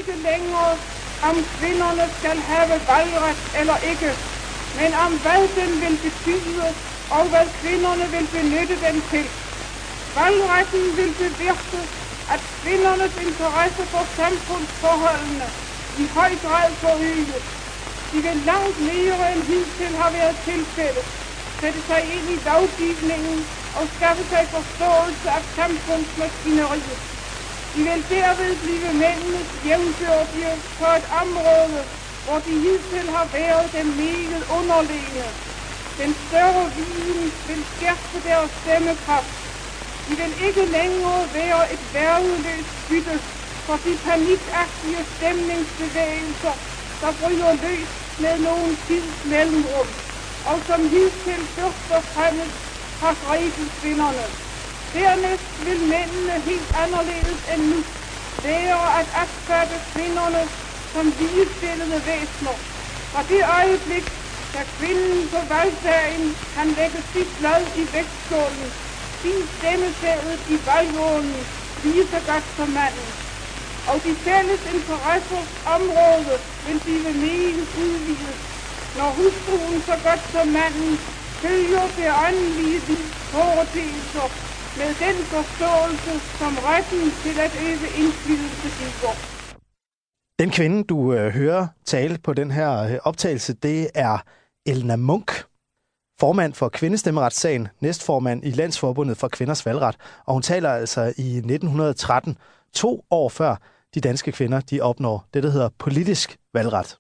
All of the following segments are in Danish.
ikke længere, om kvinderne skal have valgret eller ikke, men om hvad den vil betyde, og hvad kvinderne vil benytte den til. Valgretten vil bevirke, at kvindernes interesse for samfundsforholdene i høj grad forøges. De vil langt mere end hidtil har været tilfældet sætte sig ind i lovgivningen og skaffe sig forståelse af samfundsmaskineriet. De vil derved blive mændenes jævnbyrdige på et område, hvor de hidtil har været dem meget underlegne. Den større viden vil skærpe deres stemmekraft. De vil ikke længere være et værgeløst bytte for de panikagtige stemningsbevægelser, der bryder løs med nogen tids mellemrum, og som hidtil først og fremmest har grebet kvinderne. Dernæst vil mændene helt anderledes end nu lære at opfatte kvinderne som ligestillede væsener. Fra det øjeblik, da kvinden på valgdagen kan lægge sit blad i vægtskålen, sin stemmeseddel i valgurnen, lige så godt som manden. Og de fælles interessers område vil blive meget udvidet, når hustruen så godt som manden følger det åndelige livs foreteelser med den forståelse, som retten til at øve indflydelse giver. Den kvinde, du hører tale på den her optagelse, det er Elna Munch, formand for kvindestemmeretssagen, næstformand i Landsforbundet for Kvinders Valgret. Og hun taler altså i 1913, 2 år før de danske kvinder, de opnår det, der hedder politisk valgret.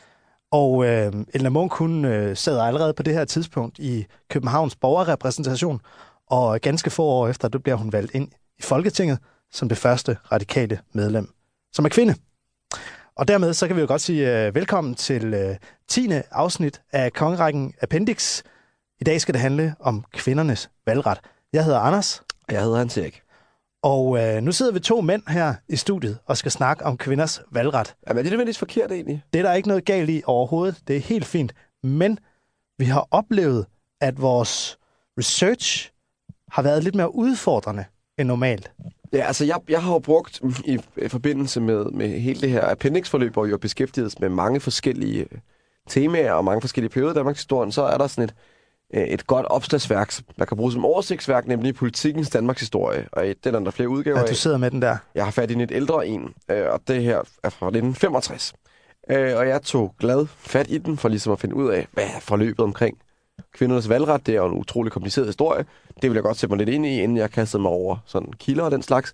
Og Elna Munch, hun sad allerede på det her tidspunkt i Københavns borgerrepræsentation, og ganske få år efter, der bliver hun valgt ind i Folketinget som det første radikale medlem, som er kvinde. Og dermed så kan vi jo godt sige velkommen til 10. afsnit af Kongerækken Appendix. I dag skal det handle om kvindernes valgret. Jeg hedder Anders. Og jeg hedder Hans Erik. Og nu sidder vi 2 mænd her i studiet og skal snakke om kvinders valgret. Jamen, er det nødvendigvis forkert egentlig? Det er der ikke noget galt i overhovedet. Det er helt fint. Men vi har oplevet, at vores research har været lidt mere udfordrende end normalt. Ja, altså jeg har jo brugt i forbindelse med hele det her appendix-forløb, hvor vi har beskæftiget med mange forskellige temaer og mange forskellige perioder i Danmarks historie, så er der sådan et godt opslagsværk, der kan bruges som oversigtsværk, nemlig Politikens Danmarks Historie. Og den er der flere udgaver af. Ja, du sidder med den der. Jeg har fat i en lidt ældre en, og det her er fra 1965. Og jeg tog glad fat i den for ligesom at finde ud af, hvad er forløbet omkring kvindernes valgret. Det er jo en utrolig kompliceret historie. Det vil jeg godt sætte mig lidt ind i, inden jeg kastede mig over sådan kilder og den slags.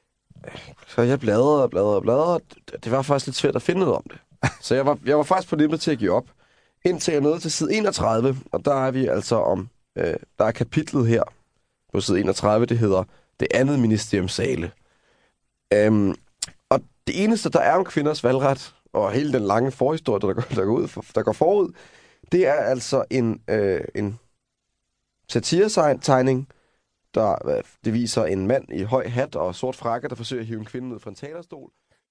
Så jeg bladrede. Det var faktisk lidt svært at finde noget om det. Så jeg var faktisk på nippet til at give op. Indtil jeg nåede til side 31, og der er vi altså om, der er kapitlet her på side 31, det hedder Det andet ministeriums sale. Og det eneste, der er om kvinders valgret, og hele den lange forhistorie, der går forud, det er altså en satiretegning, det viser en mand i høj hat og sort frakke, der forsøger at hive en kvinde ned fra en talerstol.